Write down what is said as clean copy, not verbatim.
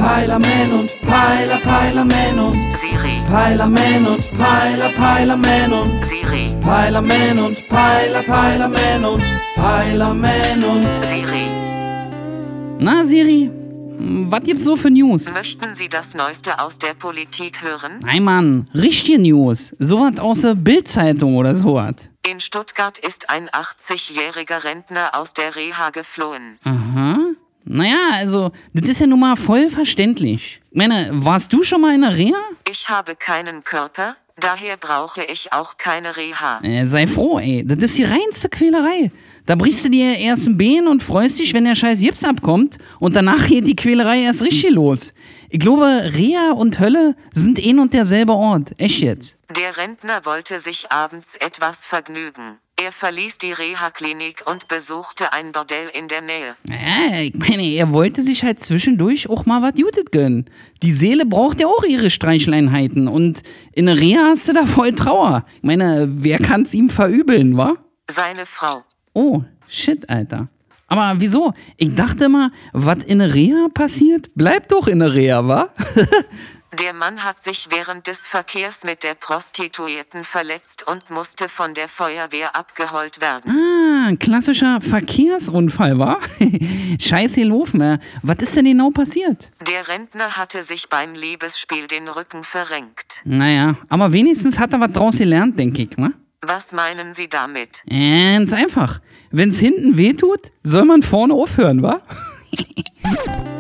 Peilerman und Peilerman und Siri, Peilerman und Peilerman und Siri, Peilerman und Peilerman und Peilerman und Siri. Na, Siri, was gibt's so für News? Möchten Sie das Neueste aus der Politik hören? Nein, Mann, richtige News. Sowas aus der Bild-Zeitung oder sowas. In Stuttgart ist ein 80-jähriger Rentner aus der Reha geflohen. Aha. Naja, also, das ist ja nun mal voll verständlich. Ich meine, warst du schon mal in der Reha? Ich habe keinen Körper, daher brauche ich auch keine Reha. Sei froh, ey. Das ist die reinste Quälerei. Da brichst du dir erst ein Bein und freust dich, wenn der scheiß Gips abkommt und danach geht die Quälerei erst richtig los. Ich glaube, Reha und Hölle sind ein und derselbe Ort. Echt jetzt. Der Rentner wollte sich abends etwas vergnügen. Er verließ die Reha-Klinik und besuchte ein Bordell in der Nähe. Ja, ich meine, er wollte sich halt zwischendurch auch mal was Gutes gönnen. Die Seele braucht ja auch ihre Streicheleinheiten und in der Reha hast du da voll Trauer. Ich meine, wer kann's ihm verübeln, wa? Seine Frau. Oh, shit, Alter. Aber wieso? Ich dachte immer, was in der Reha passiert, bleibt doch in der Reha, wa? Der Mann hat sich während des Verkehrs mit der Prostituierten verletzt und musste von der Feuerwehr abgeholt werden. Ah, ein klassischer Verkehrsunfall, wa? Scheiße gelaufen, was ist denn genau passiert? Der Rentner hatte sich beim Liebesspiel den Rücken verrenkt. Naja, aber wenigstens hat er was draus gelernt, denke ich, wa? Was meinen Sie damit? Ganz einfach. Wenn's hinten wehtut, soll man vorne aufhören, wa?